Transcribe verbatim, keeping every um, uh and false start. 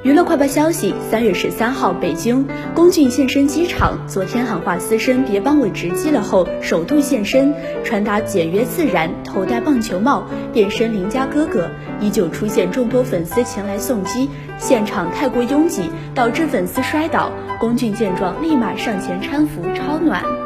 娱乐快报消息，三月十三号，北京，龚俊现身机场。昨天喊话私生别帮我直击了后，首度现身，穿搭简约自然，头戴棒球帽，变身邻家哥哥，依旧出现众多粉丝前来送机。现场太过拥挤，导致粉丝摔倒，龚俊见状立马上前搀扶，超暖。